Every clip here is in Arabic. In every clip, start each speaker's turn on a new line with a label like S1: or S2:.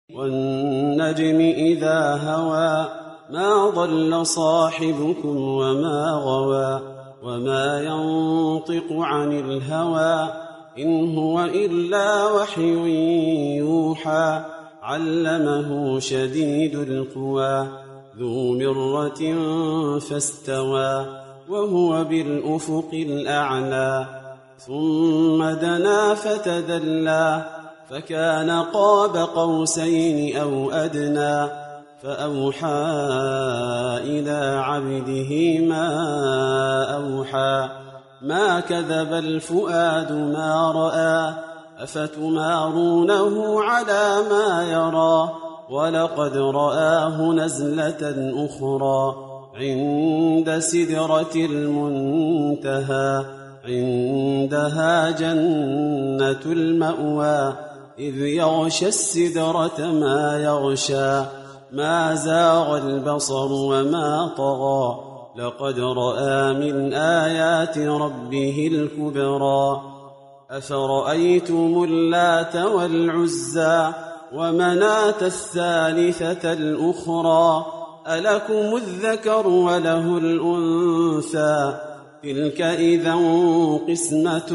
S1: والنجم إذا هوى ما ضل صاحبكم وما غوى وما ينطق عن الهوى إن هو إلا وحي يوحى علمه شديد القوى ذو مرة فاستوى وهو بالأفق الأعلى ثم دنا فتدلى فكان قاب قوسين أو أدنى فأوحى إلى عبده ما أوحى ما كذب الفؤاد ما رأى أفتمارونه على ما يرى ولقد رآه نزلة أخرى عند سدرة المنتهى عندها جنة المأوى إذ يغشى السدرة ما يغشى ما زاغ البصر وما طغى لقد رأى من آيات ربه الكبرى أفرأيتم اللات والعزى ومناة الثالثة الأخرى ألكم الذكر وله الأنثى تلك إذا قسمة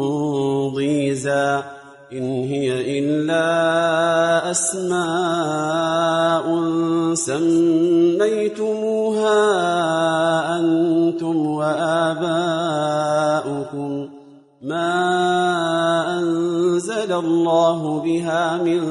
S1: ضيزى إن هي إلا أسماء سميتموها أنتم وآباؤكم ما أنزل الله بها من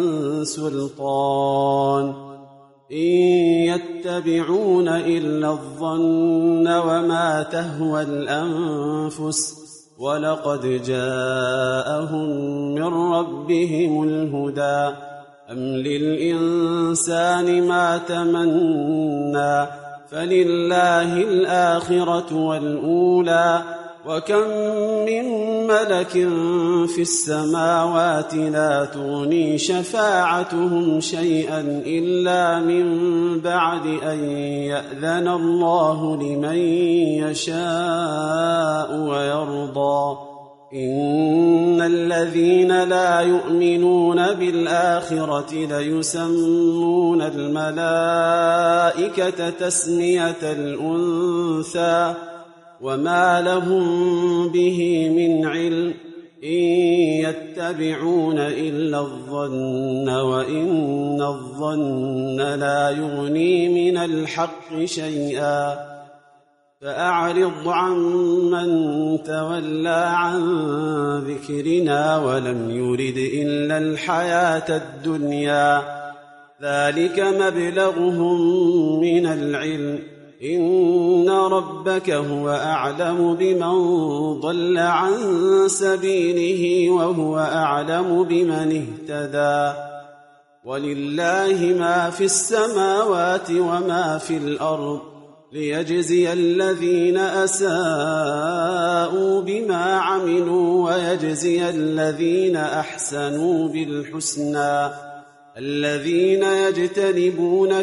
S1: سلطان إن يتبعون إلا الظن وما تهوى الأنفس ولقد جاءهم من ربهم الهدى أم للإنسان ما تمنى فلله الآخرة والأولى وكم من ملك في السماوات لا تغني شفاعتهم شيئا إلا من بعد أن يأذن الله لمن يشاء ويرضى إن الذين لا يؤمنون بالآخرة ليسمون الملائكة تسمية الأنثى وما لهم به من علم إن يتبعون إلا الظن وإن الظن لا يغني من الحق شيئا فأعرض عمن تولى عن ذكرنا ولم يرد إلا الحياة الدنيا ذلك مبلغهم من العلم إن ربك هو أعلم بمن ضل عن سبيله وهو أعلم بمن اهتدى ولله ما في السماوات وما في الأرض ليجزي الذين أساءوا بما عملوا ويجزي الذين أحسنوا بالحسنى الذين يجتنبون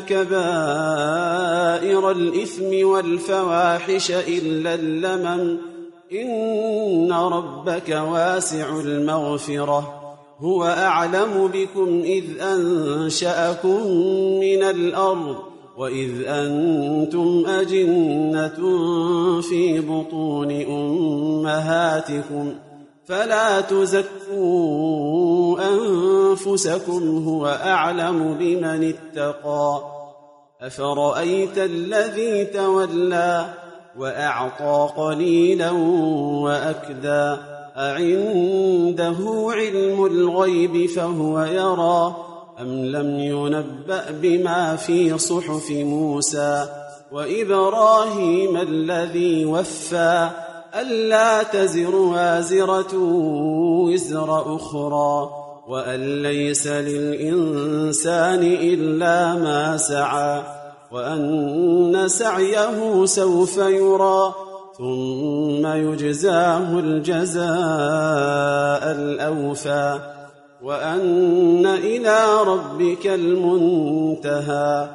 S1: كبائر الإثم والفواحش إلا اللمم إن ربك واسع المغفرة هو أعلم بكم إذ أنشأكم من الأرض وإذ أنتم أجنة في بطون أمهاتكم فلا تزكوا أنفسكم هو أعلم بمن اتقى أفرأيت الذي تولى وأعطى قليلا وأكدى أعنده علم الغيب فهو يرى أم لم ينبأ بما في صحف موسى وإبراهيم الذي وفى ألا تزر وازرة وزر أخرى وأن ليس للإنسان إلا ما سعى وأن سعيه سوف يرى ثم يجزاه الجزاء الأوفى وأن إلى ربك المنتهى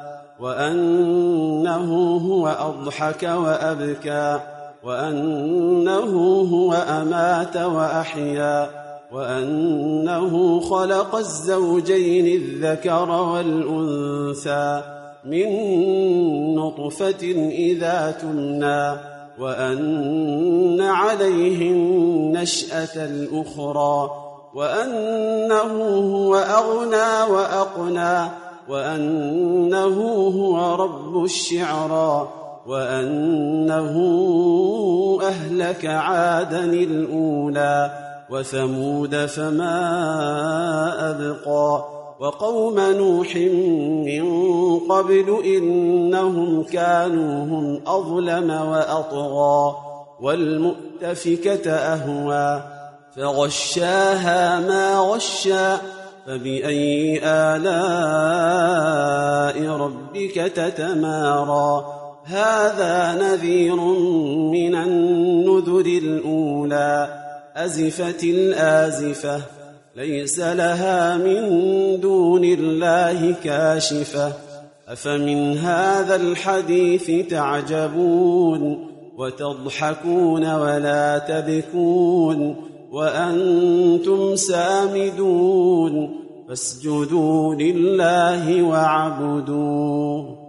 S1: وأنه هو أضحك وأبكى وأنه هو أمات وأحيا وأنه خلق الزوجين الذكر والأنثى من نطفة إذا تمنى وأن عليه النشأة الأخرى وأنه هو أغنى وأقنى وأنه هو رب الشعرى وأنه أهلك عادا الأولى وثمود فما أبقى وقوم نوح من قبل إنهم كانوا هم أظلم وأطغى والمؤتفكة أهوى فغشاها ما غشى فبأي آلاء ربك تتمارى هذا نذير من النذر الأولى أزفت الآزفة ليس لها من دون الله كاشفة أفمن هذا الحديث تعجبون وتضحكون ولا تبكون وأنتم سامدون فاسجدوا لله واعبدوه